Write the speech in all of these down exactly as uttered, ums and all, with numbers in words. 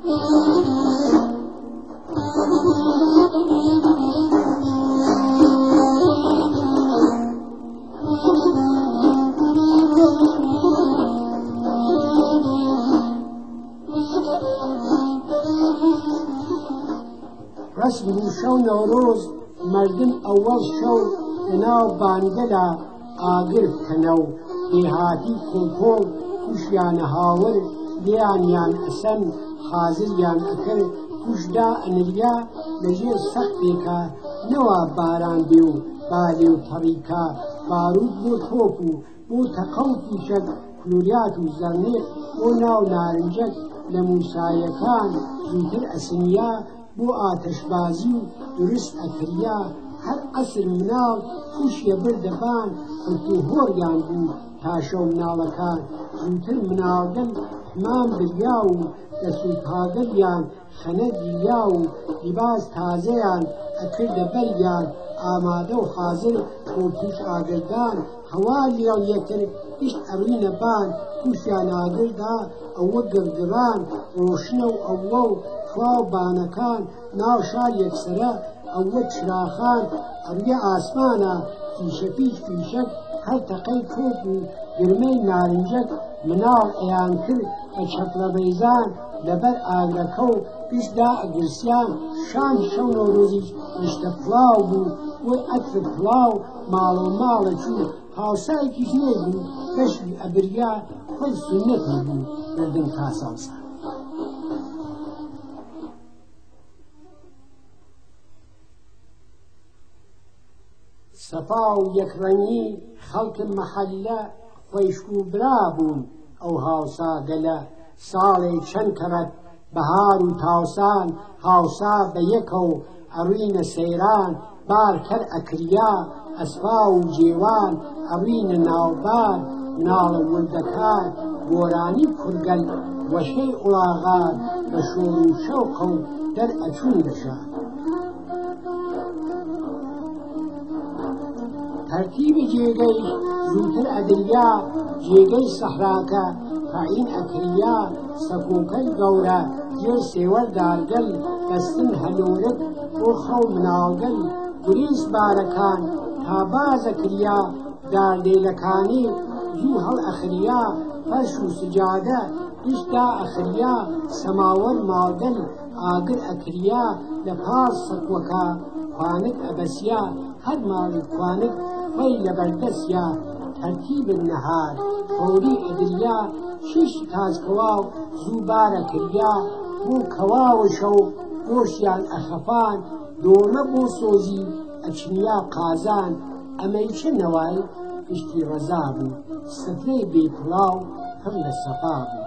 رسم شو نوروز مردم اول شو بناو بانگلا آگر کنو دیهاتی کلکل کشیان هاور لیان یان اسن حاضر یان اکر کشدا انریا لجیر سختی که نوا باران بیو بالی و طریقا بارود بو توپو بو تقوتی شد کلوریات و زرنیق بو ناو نارنجک لموسایکان زوتر اسنیا بو آتشبازی و درست اکریا هر عصر مناو خوشی بردبان خلطو هوریان بو تاشو مناوکان زوتر مناوگل حمام بریاو دسو تاگلیان خندیاو لباس تازیان اکرد بریان آماده و حاضر و پیش آگردان حوالیان یکر اشت ارین بان خوشیان آگردا او گرگران روشنو اوو خواو بانکان ناو شار یکسره او چراخان اوی آسمانا فیشه پیش فیشک هر تقی توپ و گرمه نارنجک مناو ایان کر اچپل بیزان لبر آگرکو پیش دا اگرسیان شان شو نوروزیش رشته پلاو بو و اطر پلاو مالو مالا چو هاوسای کش نیبو بشوی ابریا خود سنتی بو بردن کاسالسا صفا و یکرنگی خلق محله خویشکو برابون او هاوسا گله سالی چند کرد بهار و تاوسان هاوسا به یکو اروین سیران بار کر اکریا اسفا و جیوان اروین ناوبار نال ولدکان گورانی کرگل وشی الاغان بشور و شوق و در اچون دشان ترتیب جیگی زوتر ادریا جیگی صحراکا فعین اکریا سکوکل گورا جی سیور دارگل دستن هلورد و خو مناگل گریس بارکان تاباز اکریا داردیلکانی زو هل اخریا فرش و سجاده اشتا اخریا سماور ماگل آگر اکریا لپاس سکوکا خوانک ابسیا هر مال خوانک وی لبردسیا ترتیب النهار فوری ادریا شش تاز کواو زوبار کریا بو کواو شو گوشیان اخفان دومه بو سوزی اچنیا قازان امیچه نوای اشتی رزابو سفره بی پلاو پر لسفابو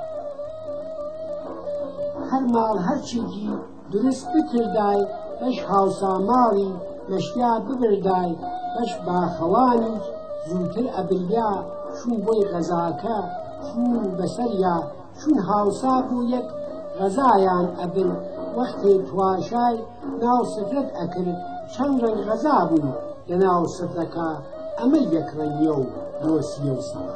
هر مال هر چیزی درست بکردای بش هاوسا مالی مشیا ببردای بش باخوانی زوتر ابریا شون بوی غذاکا شون بسریا شون هاوسا بو یک غذایان ابر وقتی تواشای ناو سفرت اکر چند رنگ غذا بو لناو سفرکا اما یک رنگیو دوسیو سوا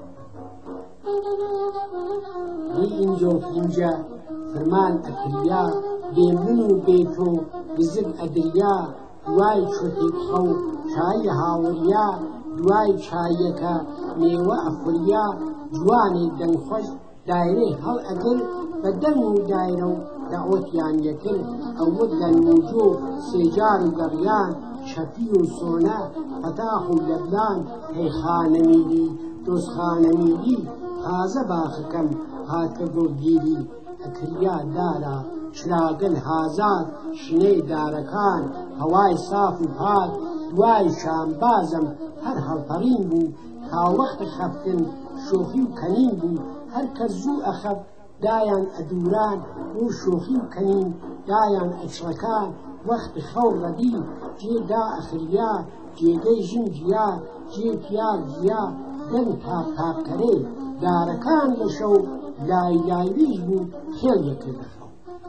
بی اینجا اینجا فرمان اکریا بی منو بیتو بزر ادریا دوای چوتی خو چای هاوریا دوای چایکا میوه افریا جوانی دنخوش دایره هل اگر بدن و دایرو دعوتیان یکر اود دنموجو سیجار و گریان شفی و سونا فتاح و لبنان هی خانمیدی دوست خانمیدی تازه باخکم هاتف و گیری اکریا دارا چراگل هازار شنه دارکان هوای صاف و پاک دوای شامبازم هر هلپرین بو تا وقت خفتن شوخی و کنین بو هر کزو اخف دایان ادوران و شوخی و کنین دایان اچرکان وقت خور ردی جی دا اخریا جی گی جن جیا جی پیار جیا دن تاک تاک کره دارکان لشو لای لای ویج بو خیل یکی لشو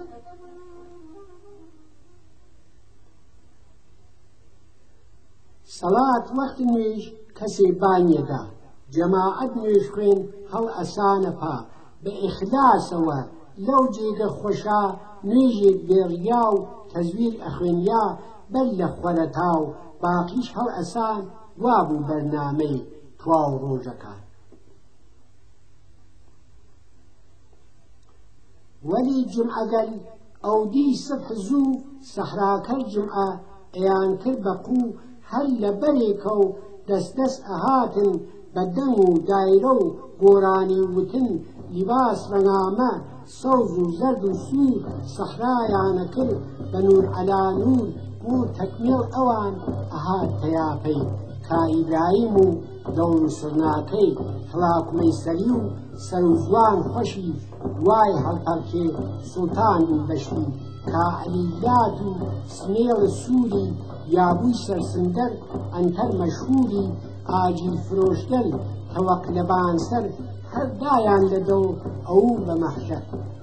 صلاة وقت نویش کسی بانیه دا جماعت نویش خوین هل اسانه پا به اخلاص و لەو جێگە خۆشا نوێژێک بێڕیا و تەزویر ئەخوێنیا بەر لە خۆرەتاو باقیش هەڵ ئەسان وابوو بەرنامەی تواو ڕۆژەکان. وەلی جمعەگەل ئەودی سبح زوو سەحراکەی جمعە ئەیان کرد بە قوو هەر لە بەرێکە و دەست دەست ئەهاتن بە دەنگ و دایرە و گۆرانی وتن لیباس ڕەنگامە سەوز و زەرد و سوور سەحرایانە کرد بە نور عەلا نور بوو تەکمیڵ ئەوان ئەهات تەیاپەی کا ئیبراهیم و دەور و سڕناکەی هەڵاک مەیسەری و سەر و زوان خۆشی دوای هەڵپەرکێ سوڵتان بوو بەشتی کا عەلیلات و سمێڵ سووری یابووی سەرسندەر ئەنتەر مەشهوری ئاجیل فرۆشگەر تەوەق لەبان سەر هەر دایان لەدەو ئەو بە مەحشەر.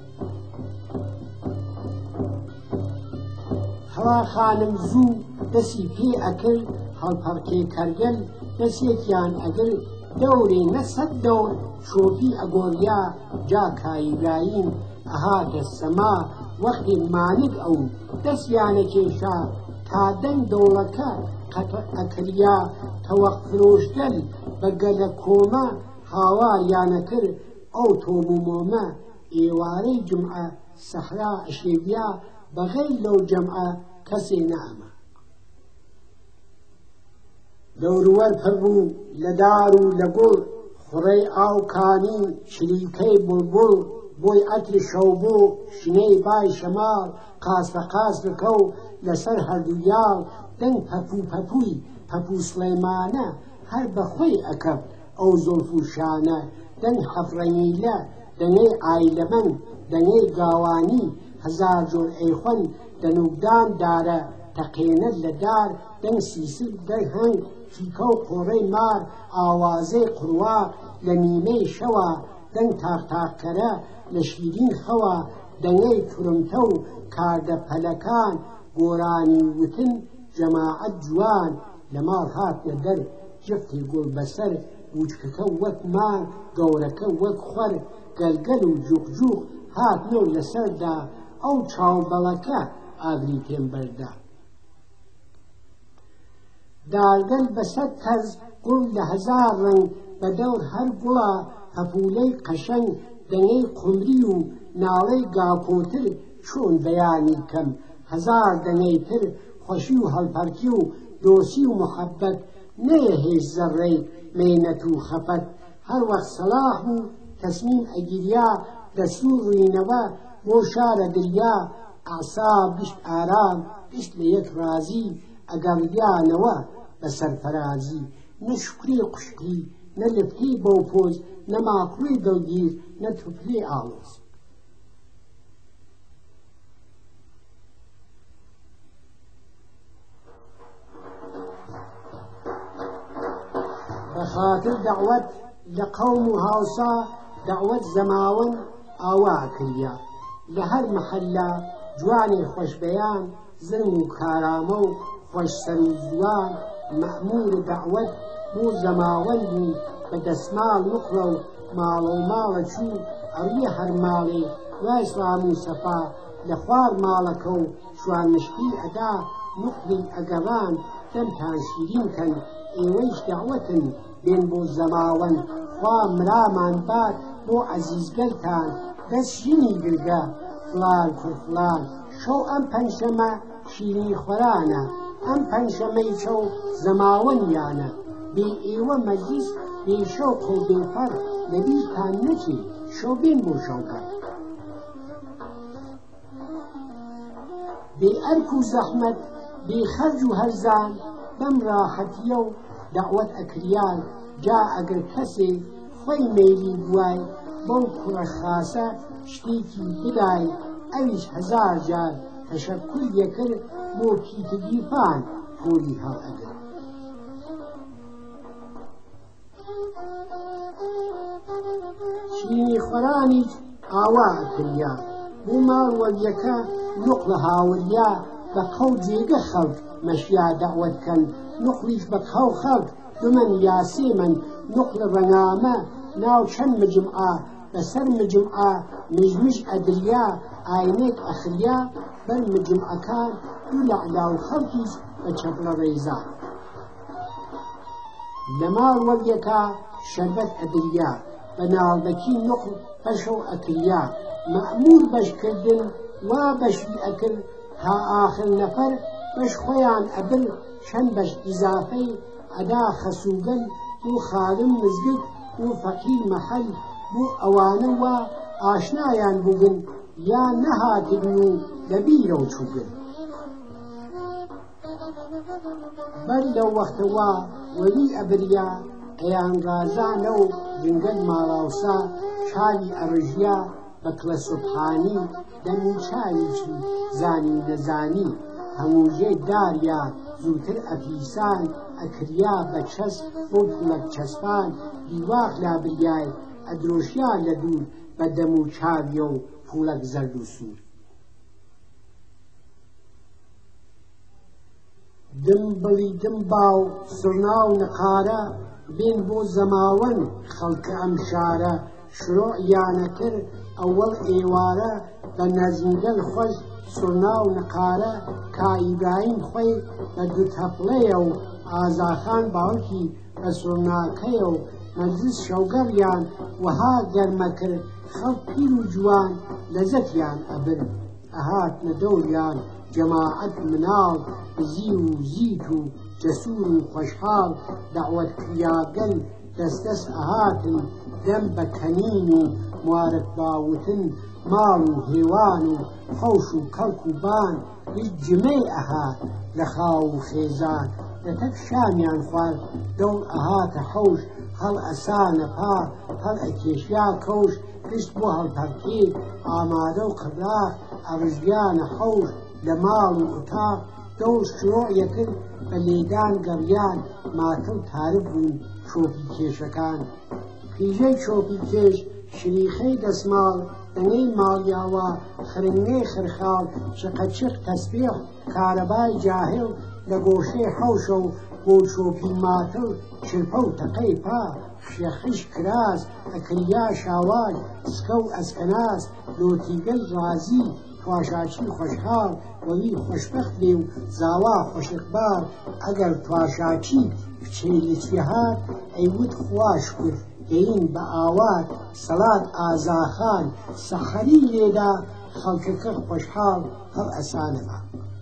هەوا خانم زوو دەسی پێ ئەکرد هەڵپەرکێ کەرگەل دەسێکیان ئەگر دەورێ نەسەد دەور شۆپی ئەگۆڕیا جا کایبراهیم ئەهاتە سەما وەختێ مانگ ئەو دەستیانە کێشا تا دەنگ دەوڵەکە ئەکریا تەوەق فرۆشگەل بە گەلە کۆمە هاواریانە کرد ئەو تۆمومۆمە ئێوارەی جمعە سەحرا ئەشێویا بەغەیر لەو جەمعە کەسێ نەئەما. دەوروەر پڕبوو لە دار و لە گوڵ خوڕەی ئاو کانی شریکەی بوڵبوڵ بۆی ئەتری شەوبۆ شنەی بای شەماڵ قاسە قاسرکە و لەسەر هەردوویاڵ دەنگ پەپوو پەپووی پەپوو سڵەیمانە هەر بەخۆی ئەکەب ئەو زۆلف و شانە دەنگ حەفرەنیلە دەنگەی ئایلەمەنگ دەنگەی گاوانی هەزار جۆر ئەیخۆن دەنوودان دارە تەقێنەت لە دار دەنگ سیسل دەرهەنگ فیکە و قۆڕەی مار ئاوازەی قورواق لە نیمەی شەوە دەنگ تاقتاقکەرە لە شیرین خەوە دەنگەی تورمتە و کاردە پەلەکان گۆرانی وتن جەماعەت جوان لە ماڵ هاتنە دەر جفتی گوڵ بەسەر وچکەکە وەک مار گەورەکە وەک خوەر گەلگەل و جوقجوق هاتنە و لەسەردا ئەو چاوبەڵەکە ئاگری پێم بەردا. دارگەل بە سەد کەس گوڵ لە هەزار ڕنگ بە دەور هەر گوڵە هەپولەی قەشەنگ دەنگەی قومری و ناڵەی گاکۆتر چۆن بەیانی کەم هەزار دەنگەی تر خۆشی و هەڵپەرکی و دۆسی و محەبەت نەیە هیچ زەڕەی مەینەت و خەفەت هەر وەخت سەلاح بوو تەسمیم ئەگیریا دەسوور ڕوینەوە بۆ شارە دریا ئەعساب گشت ئارام گشت لە یەک رازی ئەگەڕیانەوە بە سەرفەرازی نە شوکری قوشتی نە لفتی بەو پۆز نە ماکوڕی دڵگیر نە توپلێ ئاڵۆز. بەخاتر دەعوەت لە قەوم و هاوسا دەعوەت زەماوەن ئاوا کردیا لە هەر مەحەللا جوانی خۆشبەیان زرم و کارامە و خۆش سەر و جوان مەأمور دەعوەت بۆ زەماوەن بوو بە دەسماڵ نوقڵە و ماڵە و ماڵە چوو ئەوریە هەر ماڵێ وای سڵام و سەفا لە خوار ماڵەکە و شوان مشکی ئەدا نوقڵی ئەگەڕان دەمتان شیرین کەن ئێوەیش دەعوەتن بێن بۆ زەماوەن خوا مرامان بات بۆ عەزیزگەلتان دەست ژینی گرگە فڵان کورد فڵان شەو ئەم پەنجشەمە شیرین خۆرانە ئەم پەنجشەمەی شەو زەماوەنیانە بێ ئێوە مەجلیس بێ شەوق و بێفەر لەبیرتان نەچێ شەو بێن بۆ شەوکە بێ ئەرک و زەحمەت بێ خەرج و هەرزان بەم ڕاحەتیە و دەعوەت ئەکریان جا ئەگەر کەسێ خۆی مەیلی بوای بەو کوڕە خاسە شتێکی بدای ئەویش هەزار جار تەشەککوری دەکرد بۆ پیتگیفان پۆلی هەڵ ئەگر. شیرینی خۆرانیش ئاوا ئەکریا بۆ ماڵ وەریەکە نوقڵە هاوریا بە قەو جێگە خەڵک مەشیا دەعوەتکەن نوقڵیش بە قەو خەڵک دومەن یاسێمەن نوقڵە ڕەنگامە ناو چەند مجمعە بەسەر مجمعە مژمش ئەدریا ئاینێک ئەخریا بەر مجمعەکان دوو لەعلا و خەڵکیش بە چەپڵە ڕێزان لە ماڵ وەک یەکا شەربەت ئەدریا بە ناڵبەکی نوقڵ بەشەو ئەکریا مەئموور بەشکردن وا بەشی ئەکرد تا ئاخر نەفەر بەش خۆیان ئەبر چەند بەش ئیزافەی ئەدا خەسوگەل بۆ خادم مزگت بۆ فەقیر مەحەل بۆ ئەوانە وا ئاشنایان بووبن یا نەهاتبن و لەبیرە و چووبن بەر لەو وەختەوە وەلی ئەبریا ئەیان ڕازانە و جنگەل ماڵاوسا چاوی ئەڕژیا بە کڵە سوبحانی دەمی چاویکی زانی نەزانی هەمووژێ داریا زووتر ئەپیسان ئەکریا بە چەسب بۆ پوڵەک چەسپان دیواق لابریای ئەدرۆشیا لە دوور بە دەم و چاویە و پوڵەک زەرد و سوور دم بڵی دم باو سڕنا و نەقارە بێن بۆ زەماوەن خەڵکە ئەم شارە شڕۆعیانە کرد ئەوەڵ ئێوارە بە نەزمگەل خۆش سڕنا و نەقارە کا ئیبراهیم خۆی بە دوو تەپڵەیە و ئازاخان باوکی بە سڕناکەیە و مەجلس شەوگەڕیان وەها گەرمە کرد خەڵک پیر و جوان لەزەتیان ئەبر ئەهاتنە دەوریان جەماعەت مناڵ بزی و زیت و جەسوور و خۆشحاڵ دەعوەت کریاگەل دەستدەست ئەهاتن دەم بە کەنین و موارەت باوتن ماڵ و هێوان و خەوش و کەڵک و بان هیچ جمەی ئەهات لە خاو و خێزان دەتەک شامیان خوارد دەوڵ ئەهاتە حەوش هەڵ ئەسانە پا هەڵ ئەکێشیا کەوش گشت بۆ هەڵپەرکێ ئامادە و قڕاق ئەڕژیانە حەوش لە ماڵ و ئوتاق دەوڵ شرۆعیە کرد بە لێدان گەڕیان ماتڵ تارب بوون چۆپی کێشەکان پیژەی چۆپی کێش شریخەی دەسماڵ دەنگەی ماڵیاوە خرنگەی خرخاڵ چقەچق تەسبیح کارەبای جاهڵ لە گۆشەی حەوشە و بۆ چۆپی ماتڵ شرپە و تەقەی پا خشەخش کراس ئەکریا شاواژ سکە و ئەسکەناس لۆتیگەل ڕازی تواشاچی خۆشحاڵ وەلی خۆشبەخت بێ و زاوا خۆشیقبار ئەگەر تواشاچی کچەی لچی هات ئەیوت خوا شکر دەین بە ئاوات سەڵات ئازاخان سەحەری لێدا خەڵکەکە خۆشحاڵ هەڵ ئەسانەما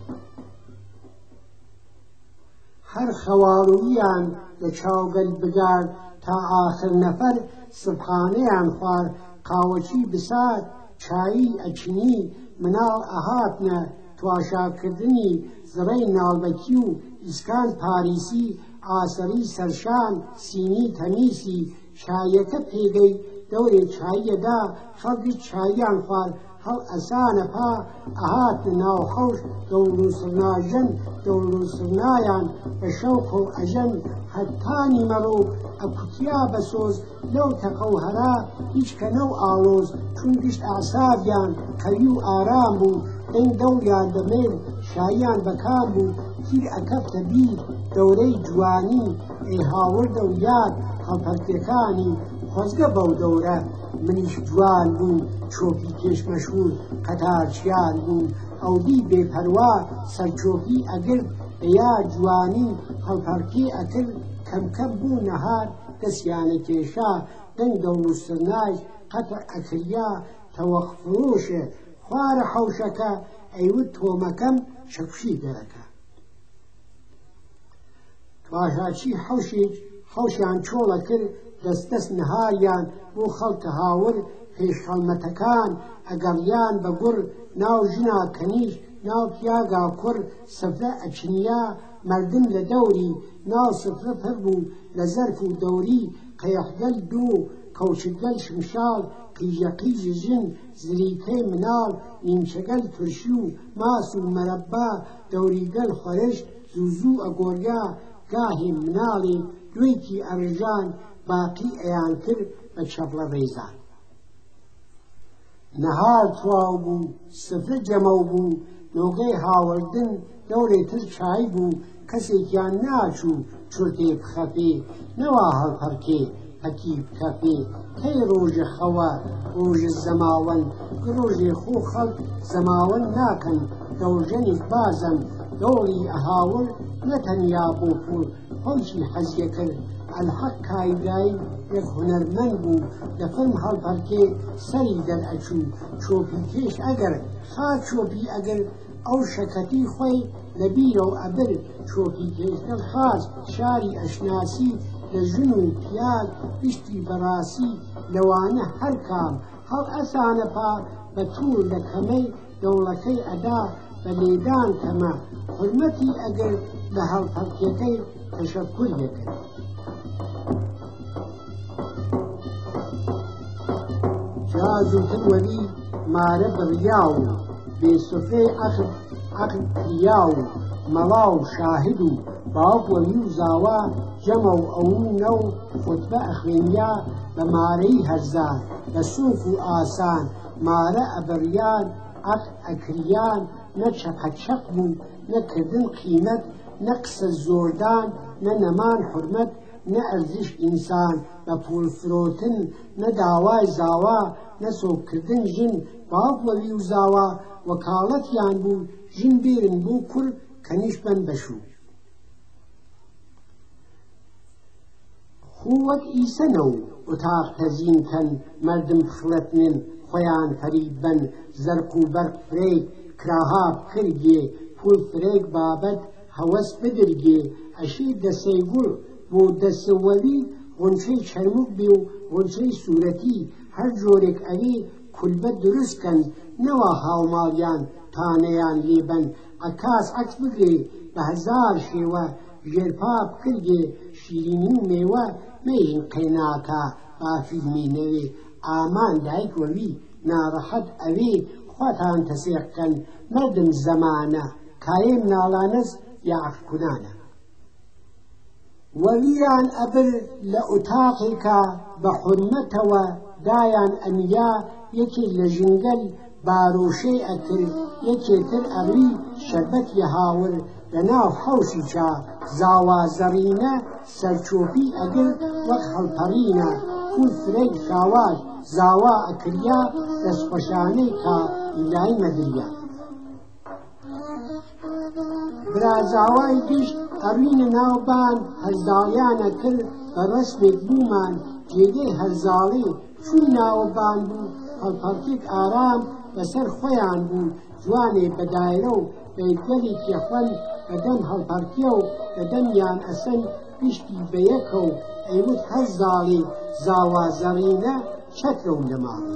هەر خەواڵویان لە چاوگەل بگار تا ئاخر نەفەر سبحانەیان خوار قاوەچی بسات چایی ئەچنی مناڵ ئەهاتنە تواشاکردنی زڕەی ناڵبەکی و ئیسکان پاریسی ئاسەری سەرشان سینی تەمیسی چایەکە پێگەی دەورێ چاییەدا خەڵکی چاییان خوار هەڵ ئەسانە پا ئەهاتنە ناو حەوش دەوڵ و سڕناژەن دەوڵ و سڕنایان بە شەوق و ئەژەن هەتانی مەڕۆ ئەکوتیا بە سۆز لەو تەقە و هەرا هیچ کە نەو ئاڵۆز چون گشت ئاسابیان قەوی و ئارام بوو دەنگ دەوریان دەمێن شاییان بەکام بوو تیر ئەکەفتە بیر دەورەی جوانی ئەی هاوردە و یاد هەڵپەرکێکانی خۆزگە بەو دەورە منیش جوان بووم چۆپی کێش مەشهور قەتارچیان بووم ئەودی بێپەروا سەرچۆپی ئەگرت بە یا جوانی هەڵپەرکێ ئەکرد کەمکەم بوو نەهار دەستیانە کێشا دەنگ دەوڵ و سڕناش قەتع ئەکریا تەوەخفرۆشە خوارە حەوشەکە ئەیوت تۆمەکەم شەکوشی دەرەکە تواشاچی حەوشێک حەوشیان چۆڵە کرد دەستدەست نەهاریان بۆ خەڵکە هاور پێش خەڵمەتەکان ئەگەڕیان بە گوڕ ناو ژنا کەنیش ناو پیاگا کوڕ سفرە ئەچنیا مەردم لە دەوری ناو سفرە پڕ بوو لە زەرف و دەوری قەیەحگەل دوو کەوچگەل شمشاڵ قیژەقیژ ژن زریکەی مناڵ نیمچەگەل ترشی و ماس و مەرەبا دەوریگەل خۆرشت زووزوو ئەگۆریا گاهی مناڵی دوێکی ئەڕژان باقی ئەیان کرد بە چەپڵە ڕێزان نەهار تواو بوو سفرە جەمەو بوو نۆگەی هاوردن دەورێتر چای بوو کەسێکیان ناچوو چورتێ بخەپێ نەوا هەڵپەرکێ پەکی بکەفێ کەی ڕۆژە خەوە ڕۆژە زەماوەند ڕۆژێ خۆ خەڵک زەماوەند ناکەن دەوژەنێک بازن دۆڵی ئەهاور نەتەنیا بۆ پوڵ خۆشی حەزیە کرد الحەق کایدایی یەک هونەرمەند بوو لە فەرم هەڵپەرکێ سەری دەرئەچوو چۆپی کێش ئەگەر خا چۆپی ئەگەر ئەو شەکەتی خۆی لە بیرە و ئەبر چۆپی کێشتە خاص شاری ئەشناسی لە ژن و پیاز پشتی بەڕاستی لەوانە هەر کام هەڵ ئەسانە پا بە توور لە کەمەی دەوڵەکەی ئەدا بە لێدان کەمە حرمەتی ئەگەر لە هەڵپەرکێکەی تەشەککور دەکرد. جا زووتر وەری مارە بڕیا و بێسوفرەی عەقل عەقل کریا و مەڵا و شاهد و باوک وەلی و زاوا جەمە و ئەوونە و خوتبە ئەخوێنیا بە مارەی هەرزان بە سووک و ئاسان مارە ئەبەریان عەقل ئەکریان نە چەقەچەق بوو نەکردن قیمەت نە قسە زۆردان نە نەمان حورمەت نە ئەرزش ئینسان بە پوڵ فرۆتن نە داوای زاوا نە سۆکردن ژن باوک وەلی و زاوا وەکاڵەتیان بوو ژن بێرن بۆ کوڕ کەنیش بەن بەشوو خو وەک ئیسەنە و ئوتاق تەزیینکەن مەردم خڵەتنن خۆیان فەریب بن زەرق و بەرق فرێک کراها بکرگێ پوڵ فرێک بابەت هەوەس بدرگێ ئەشی دەسەی گوڵ بۆ دەسەوەلی غونچەی چەرموک بێ و غونچەی سوورەتی هەر جۆرێک ئەوێ کولبەت دروستکەن نەوە هاوماڵیان تانەیان لێبەن ئەکاس عەکس بگرێ بە هەزار شێوە ژێرپا بکرگێ شیرینی و مێوە مەیژن قەیناکە با فیلمی نەوێ ئامان دایک وەلی ناڕەحەت ئەوێ خواتان تەسێقکەن مەردم زەمانە کایەم ناڵانەس یا عەقلکونانە وەلیان ئەبر لە ئوتاقێکە بە حورمەتەوە دایان ئەنیا یەکێک لە ژنگەل باڕۆشەی ئەکرد یەکێتر ئەبری شەربەتی هاور لەناو حەوشیچە زاوا زەڕینە سەرچۆپی ئەگر وەک هەڵپەڕینە پوڵ فرێک شاواش زاوا ئەکریا دەستخۆشانەی کا ئیلای مەدریا برازاوای گشت ئەڕینە ناوبان هەرزاڵیانە کرد بە ڕەسمێک بوومان جێگەی هەرزاڵی چووی ناوەبان بوو هەڵپەڕکێک ئارام بەسەر خۆیان بوو جوانێ بە دایرە و بەیدگەلی کێخوەن بەدەم هەڵپەڕکێ و بەدەمیان ئەسەن پشتی بەیەکە و ئەیوت هەر زاڵی زاوا زەڕینە چەترە و لەماڵ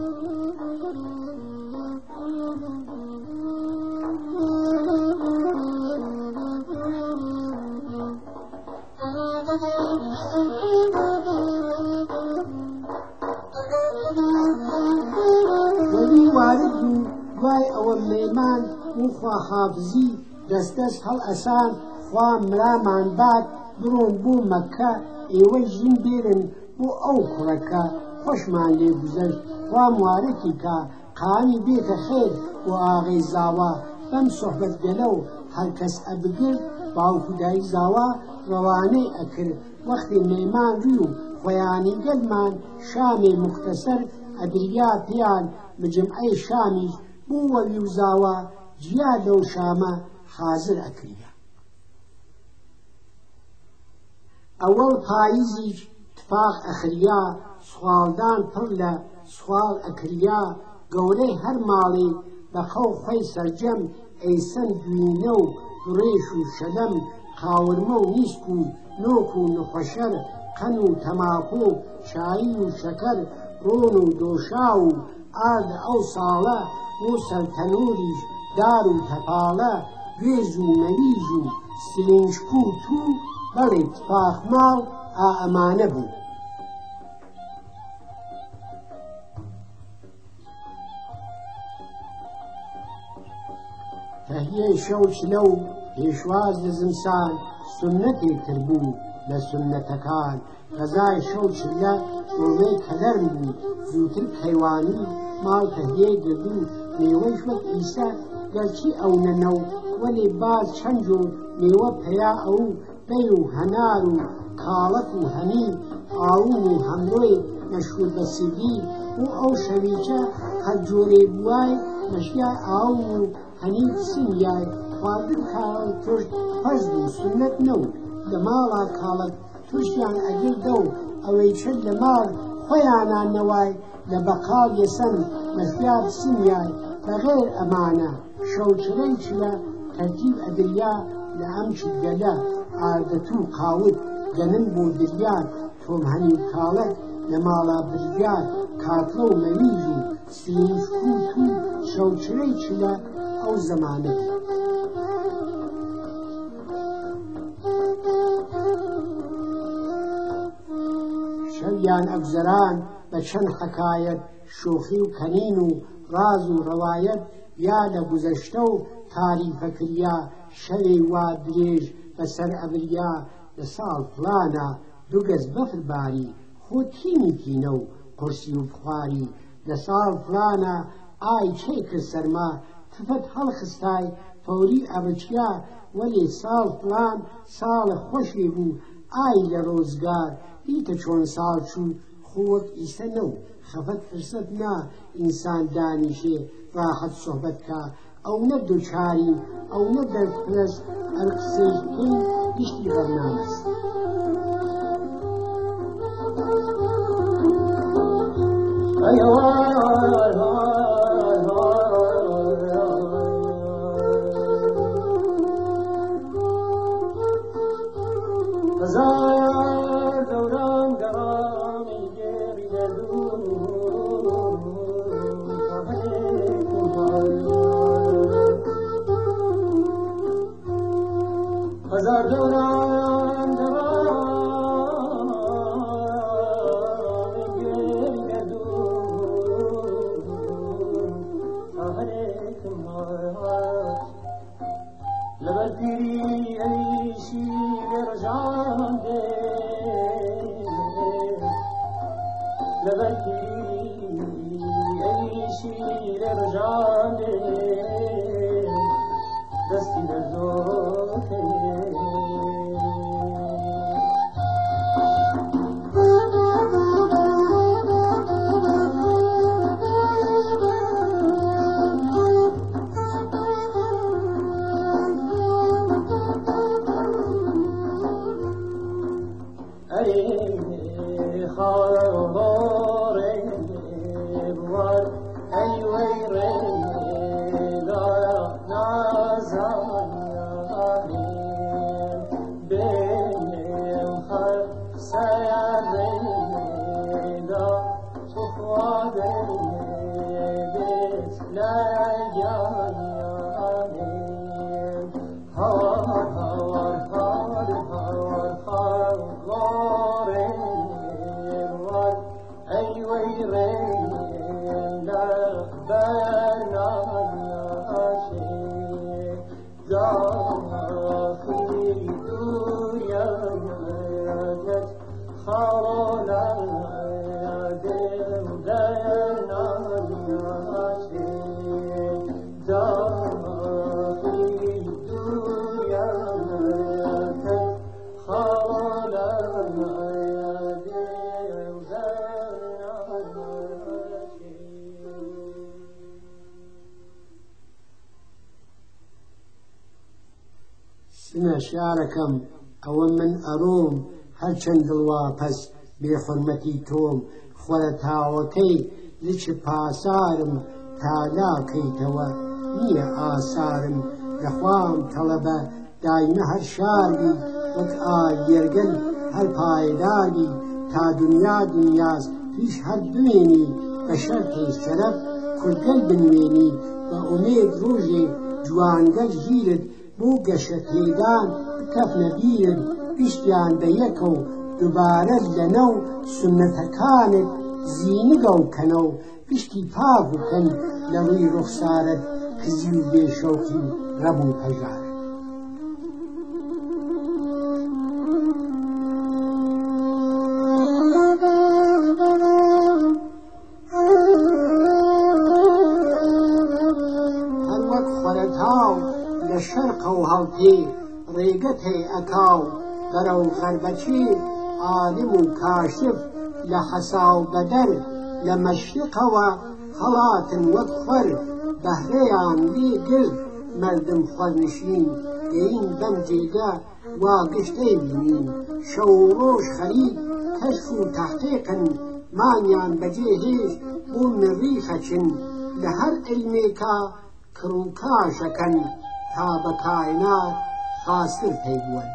وەلی وارد بوو دوای ئەوە مێمان و خواحافزی دەستدەست هەڵ ئەسان خوا مرامان بات بڕۆن بۆ مەککە ئێوە ژین بێرن بۆ ئەو کوڕەکە خۆشمان لێ گوزەشت خوا موارەتی کە قانی بێتە خێر بۆ ئاغای زاوا بەم سۆحبەت گەلە و هەرکەس ئەبگرت باوکو دایک زاوا ڕەوانەی ئەکرد وەختی مێمان ڕووی و خۆیانی گەلمان شامێ مختصەر ئەدریا پێیان بجمعەی شامیش بۆ وەلی و زاوا جیا لەو شامە حازر ئەکریا ئەوەڵ پاییزیش تفاق ئەخریا سوالدان پڕ لە سوال ئەکریا گەورەی هەر ماڵی بە خەو خۆی سەرجەم ئەیسەن دوینە و ڕێش و شەلەم قاورمە و نیسک و نۆک و نخۆشەر قەن و تەماکۆ چایی و شەکەر ڕۆن و دۆشا و ئارد ئەو ساڵە بۆ سەرتەنووریش دار و تەپاڵە گوێز و مەلیژ و سرنجک و تو بەڵێ تفاق ماڵ ئا ئەمانە بوو تەهیەی شەو چلە و پێشواز لە زمسان سونەتێکتر بوو لە سونەتەکان غەزای شەو چلە ڕۆڵەی کەلەرم بوو زووتر کەیوانی ماڵ تەهیەی گردو مێوەش وەک ئیسە گەرچی ئەو نەنە و وەلێ باز چەند جۆر مێوە پەیا ئەو بەی و هەنار و کاڵەک و هەنی ئاوم و هەمرۆی مەشهور بە سیدی و ئەو شەویچە هەر جۆرێ بوای مەشیا ئاوم و هەنید سنیای خواردن کاڵ ترد فەرز و سنەت نەوت لە ماڵا کاڵک تووشیان ئەگردە و ئەوەی چرد لە ماڵ خۆیانان نەوای لە بەقاڵ یەسەن مەشیا سنیای بەغێر ئەمانە شەوچرەی چلە تەرتیب ئەدریا لە ئەم چگەلە ئاردەتوو قاوت گەنم بۆ دریار تۆم هەنی کاڵک لە ماڵا بردیار کاتڵە و مەمیز و سینسکوت و شەوچرەی چلە ئەو زەمانەی شەویان ئەگوزەران بە چەند حەکایەت شۆخی و کەنین و ڕاز و ڕەوایەت یا لە گوزەشتە و تاریفە کریا شەوێ وا درێژ بەسەر ئەبریا لە ساڵ فڵانە دوو گەز بەفر باری خۆ تیمی تینە و قورسی و بخواری لە ساڵ فڵانە ئای چێ کرد سەرما تفەت هەڵخستای فەوری ئەبچیا وەلێ ساڵ فڵان ساڵە خۆشێ بوو ئای لە ڕۆزگار دیتە چۆن ساڵ چوو خۆوەک ئیسە نەو خەفەت فرسەت نا ئینسان دانیشێ ڕاحەت سۆحبەت کا ئەو نە دووچاری ئەو نە دەرپرس ئەر قسەیکەی گشتی غەرنامەست سنە شارەکەم ئەوە من ئەڕۆم هەرچەند دڵواپەس بێحورمەتی تۆم خۆرە تاوەکەی لچ پاسارم تالاکەیتەوە نییە ئاسارم لەخوام تەڵەبە دایمە هەر شاردی وەک ئای یێرگەل هەر پایداری تا دنیا دنیاز هیچ هەر دوێنی بە شەرتەی سەرەف کورگەل بنوێنی بە ئومێد ڕۆژێ جوانگەل ژیرت بۆ گەشە تێدان کەفنە بیرن گشتیان بە یەکە و دووبارە لەنەو سونەتەکانت زینگە و کەنە و گشتی پاک بکەن لە ڕووی ڕوخسارت کزی و بێشەوقی ڕەبوو پەژارت هەر وەک خۆرەتاو لە شەرقە و هەڵتێ ڕێگەت هەی ئەکاو بەرەو غەربەچێ عالم و کاشف لە حەسا و بەدەر لە مەشرقەوە هەڵاتن وەک خۆر بەهرەیان لێ گرت مردم خۆرنشین دەین بەم جێگە وا گشتەی بینین شەو و ڕۆژ خەریک کەشف و تەحقیقن مانیان بەجێ هێش بۆ مڕی خەچن لە هەر عیلمێکا کڕ و کاشەکەن تا بە کائینات حاصل هەیبوون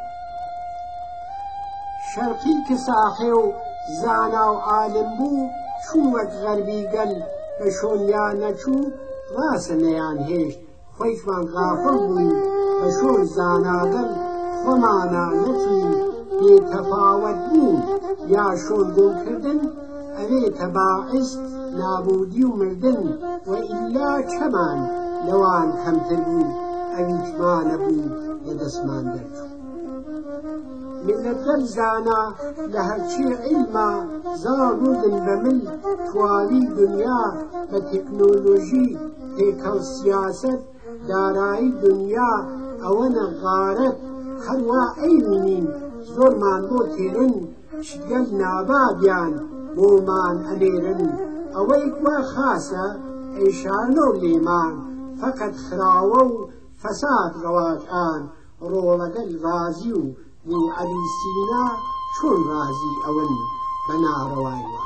شەرقی کە ساحێ و زانا و عالم بوو چوو وەک غەربی گەل بە شۆنیان نەچوو ڕاستە نەیان هێشت خۆیشمان غافڵ بووین بە شۆن زاناگەل خۆمانە نەچوین بێتەفاوەت بوون یا شۆن گۆکردن ئەوێتە باعث نابودی و مردن و ئیلا چەمان لەوان کەمتر بوو ئەویشمانە بوو لە دەستمان دەرچوو ملەتەر زانا لە هەرچی عیلما زاڕوودن بە مل تواوی دنیا بە تەکنۆلۆژی پێکەڵ سیاسەت دارایی دنیا ئەوەنە غارەت هەروە عیلمین زۆرمان بۆ تێرن شگەل نابابیان بۆمان ئەنێرن ئەوەی وا خاسە ئەیشانە و لێمان فەقەت خراوە و فەساد ڕەواجان ڕۆڵەگەل ڕازی و بۆ عەلی سینا چۆن ڕازی ئەون بە ناڕەوای وا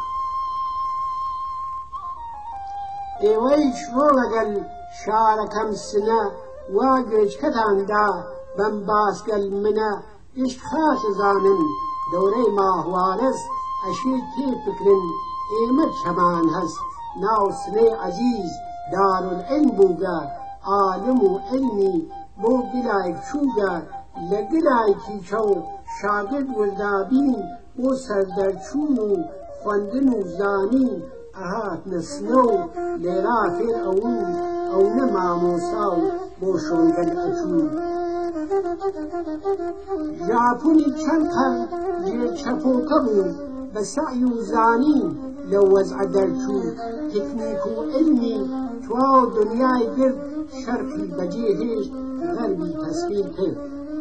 ئێوەیش ڕۆڵەگەل شارەکەم سنە وا گرچکەتاندا بەم باسگەل منە ئیشت خاشەزانن دەورەی ماهوارەست ئەشێ تێ فکرن ئێمە چەمان هەست ناو سنەی عەزیز دارولعیلم بووگە عالم و عیلمی بۆ گلایک چووگە لە گلایکی چەو شاگرد وردابین بۆ سەردەرچوون و خوێندن و زانین ئەهاتنە سنە و لێرا فێر ئەوون ئەونە مامۆسا و بۆ شۆنگەل ئەچوون ژاپۆنی چەند قەڕ جێچەپۆکە بوو بە سەعی و زانین لە وەزعە دەرچوو تکنیک و عیلمی تواو دنیای گرت شەرقی بەجێ هێشت غەربی تەسخیر کرد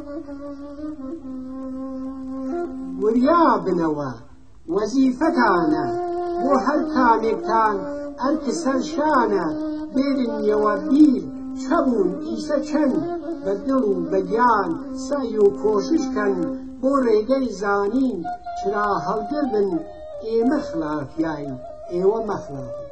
وریا بنەوە وەزیفەتانە بۆ هەر کامێکتان ئەرکە سەرشانە بێرنیەوە بیر چەبوون ئیسە چەند بە دڵ و بە گیان سەعی و کۆششکەن بۆ ڕێگەی زانین چرا هەڵگربن ئێمە خلافیاین ئێوە مەخلافین